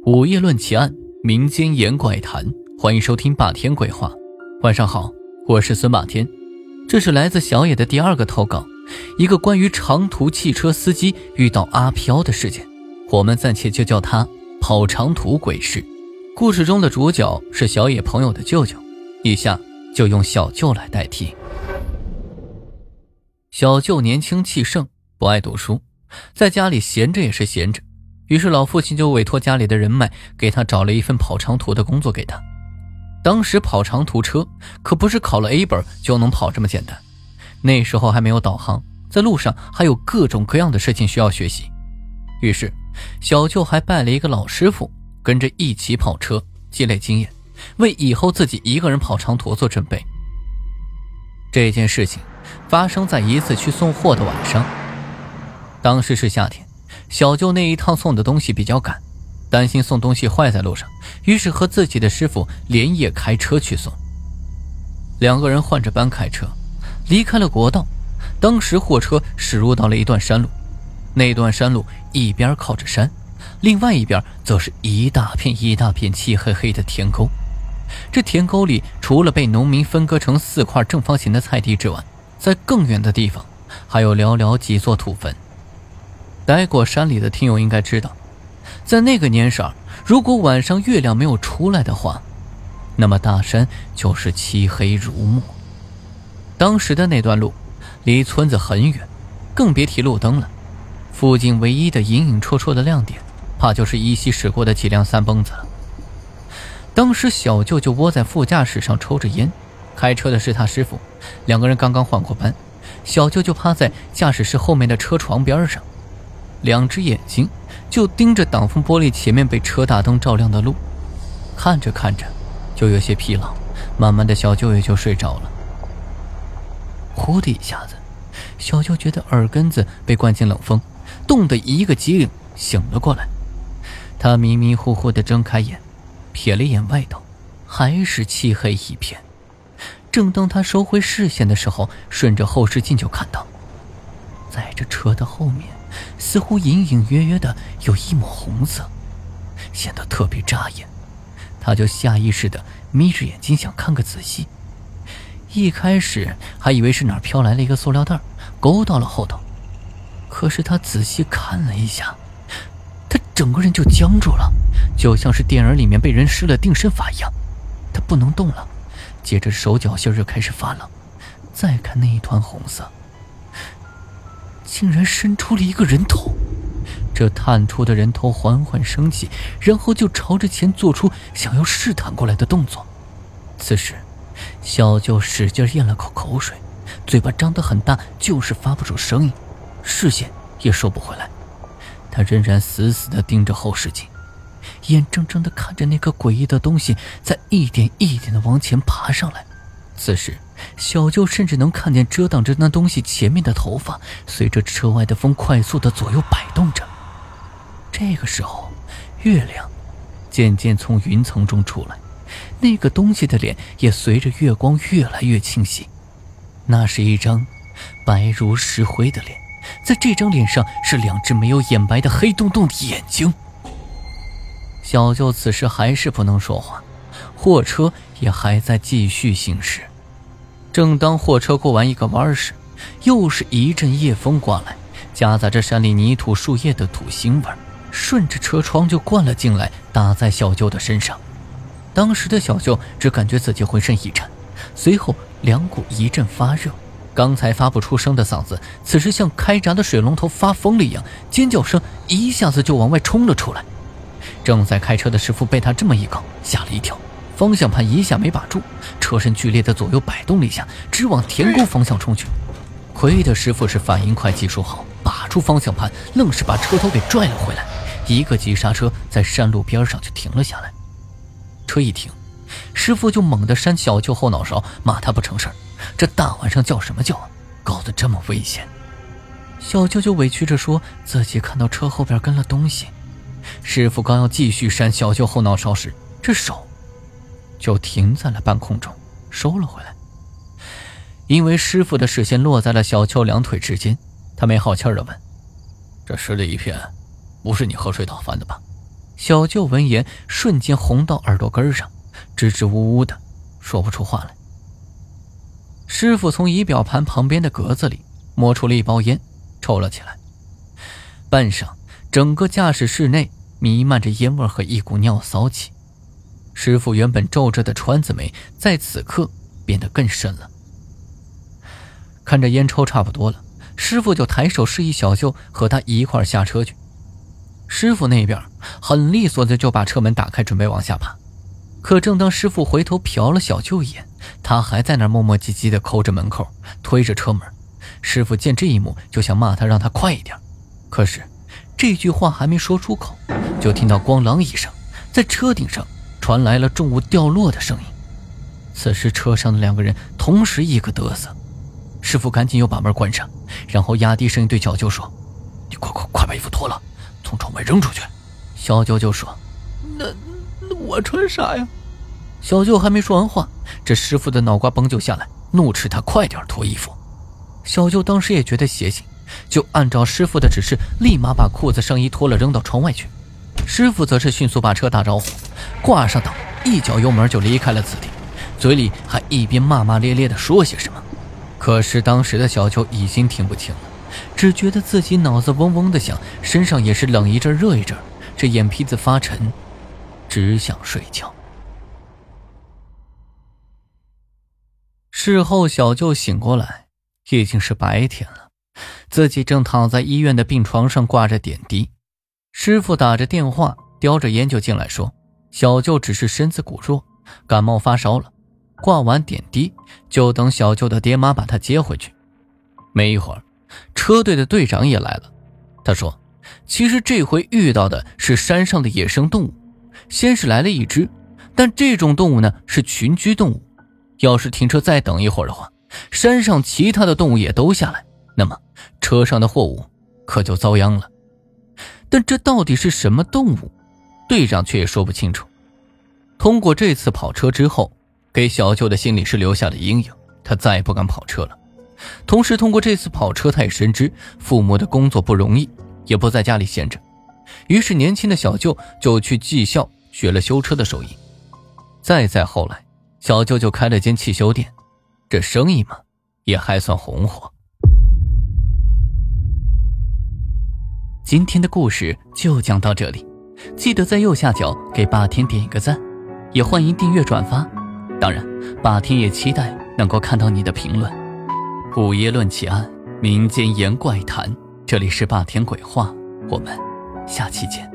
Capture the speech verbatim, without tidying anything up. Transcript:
午夜论奇案，民间言怪谈，欢迎收听霸天鬼话。晚上好，我是孙霸天。这是来自小野的第二个投稿，一个关于长途汽车司机遇到阿飘的事件，我们暂且就叫他跑长途鬼事。故事中的主角是小野朋友的舅舅，以下就用小舅来代替。小舅年轻气盛，不爱读书，在家里闲着也是闲着，于是老父亲就委托家里的人脉给他找了一份跑长途的工作给他。当时跑长途车可不是考了 A 本就能跑这么简单，那时候还没有导航，在路上还有各种各样的事情需要学习。于是小舅还拜了一个老师傅，跟着一起跑车，积累经验，为以后自己一个人跑长途做准备。这件事情发生在一次去送货的晚上。当时是夏天，小舅那一趟送的东西比较赶，担心送东西坏在路上，于是和自己的师傅连夜开车去送。两个人换着班开车，离开了国道。当时货车驶入到了一段山路，那段山路一边靠着山，另外一边则是一大片一大片漆黑黑的田沟。这田沟里除了被农民分割成四块正方形的菜地之外，在更远的地方还有寥寥几座土坟。待过山里的听友应该知道，在那个年少，如果晚上月亮没有出来的话，那么大山就是漆黑如墨。当时的那段路离村子很远，更别提路灯了，附近唯一的隐隐绰绰的亮点，怕就是依稀驶过的几辆三蹦子了。当时小舅就窝在副驾驶上抽着烟，开车的是他师傅，两个人刚刚换过班，小舅就趴在驾驶室后面的车床边上，两只眼睛就盯着挡风玻璃前面被车大灯照亮的路，看着看着就有些疲劳，慢慢的小舅也就睡着了。忽的一下子，小舅觉得耳根子被灌进冷风，冻得一个激灵醒了过来。他迷迷糊糊的睁开眼，瞥了一眼外头，还是漆黑一片。正当他收回视线的时候，顺着后视镜就看到，在这车的后面似乎隐隐约约的有一抹红色，显得特别扎眼。他就下意识的眯着眼睛想看个仔细，一开始还以为是哪儿飘来了一个塑料袋勾到了后头，可是他仔细看了一下，他整个人就僵住了，就像是电影里面被人施了定身法一样，他不能动了。接着手脚心就开始发冷，再看那一团红色，竟然伸出了一个人头。这探出的人头缓缓升起，然后就朝着前做出想要试探过来的动作。此时小舅使劲咽了口口水，嘴巴张得很大，就是发不出声音，视线也收不回来。他仍然死死地盯着后视镜，眼睁睁地看着那个诡异的东西在一点一点地往前爬上来。此时小舅甚至能看见遮挡着那东西前面的头发随着车外的风快速地左右摆动着。这个时候月亮渐渐从云层中出来，那个东西的脸也随着月光越来越清晰。那是一张白如石灰的脸，在这张脸上是两只没有眼白的黑洞洞的眼睛。小舅此时还是不能说话，货车也还在继续行驶。正当货车过完一个弯时，又是一阵夜风刮来，夹杂着山里泥土树叶的土腥味，顺着车窗就灌了进来，打在小舅的身上。当时的小舅只感觉自己浑身一颤，随后两股一阵发热，刚才发不出声的嗓子此时像开闸的水龙头发疯了一样，尖叫声一下子就往外冲了出来。正在开车的师傅被他这么一搞吓了一跳，方向盘一下没把住，车身剧烈的左右摆动了一下，直往田沟方向冲去。亏的师傅是反应快技术好，把住方向盘，愣是把车头给拽了回来，一个急刹车在山路边上就停了下来。车一停，师傅就猛地扇小舅后脑勺，骂他不成事儿，这大晚上叫什么叫啊，搞得这么危险。小舅就委屈着说自己看到车后边跟了东西。师傅刚要继续扇小舅后脑勺时，这手就停在了半空中，收了回来。因为师傅的视线落在了小舅两腿之间，他没好气地问：“这湿的一片，不是你喝水倒翻的吧？” 小舅闻言瞬间红到耳朵根上，支支吾吾的说不出话来。师傅从仪表盘旁边的格子里摸出了一包烟，抽了起来。半晌，整个驾驶室内弥漫着烟味和一股尿骚气。师傅原本皱着的川字眉在此刻变得更深了。看着烟抽差不多了，师傅就抬手示意小舅和他一块下车去。师傅那边很利索的就把车门打开，准备往下爬。可正当师傅回头瞟了小舅一眼，他还在那磨磨唧唧的抠着门口，推着车门。师傅见这一幕就想骂他，让他快一点。可是这句话还没说出口，就听到咣啷一声，在车顶上传来了重物掉落的声音。此时车上的两个人同时一个嘚瑟，师傅赶紧又把门关上，然后压低声音对小舅说：“你快快快把衣服脱了，从窗外扔出去。”小舅就说：“那那我穿啥呀？”小舅还没说完话，这师傅的脑瓜崩就下来，怒斥他快点脱衣服。小舅当时也觉得邪性，就按照师傅的指示，立马把裤子上衣脱了扔到窗外去。师傅则是迅速把车打着火，挂上档，一脚油门就离开了此地，嘴里还一边骂骂咧咧地说些什么。可是当时的小舅已经听不清了，只觉得自己脑子嗡嗡地响，身上也是冷一阵热一阵，这眼皮子发沉，只想睡觉。事后小舅醒过来，已经是白天了，自己正躺在医院的病床上挂着点滴。师傅打着电话，叼着烟就进来说，小舅只是身子骨弱，感冒发烧了，挂完点滴就等小舅的爹妈把他接回去。没一会儿，车队的队长也来了。他说其实这回遇到的是山上的野生动物，先是来了一只，但这种动物呢是群居动物，要是停车再等一会儿的话，山上其他的动物也都下来，那么车上的货物可就遭殃了。但这到底是什么动物，队长却也说不清楚。通过这次跑车之后，给小舅的心里是留下了阴影，他再也不敢跑车了。同时通过这次跑车，他也深知父母的工作不容易，也不在家里闲着，于是年轻的小舅就去技校学了修车的手艺。再再后来，小舅就开了间汽修店，这生意嘛也还算红火。今天的故事就讲到这里，记得在右下角给霸天点一个赞，也欢迎订阅转发。当然，霸天也期待能够看到你的评论。午夜论奇案，民间言怪谈，这里是霸天鬼话，我们下期见。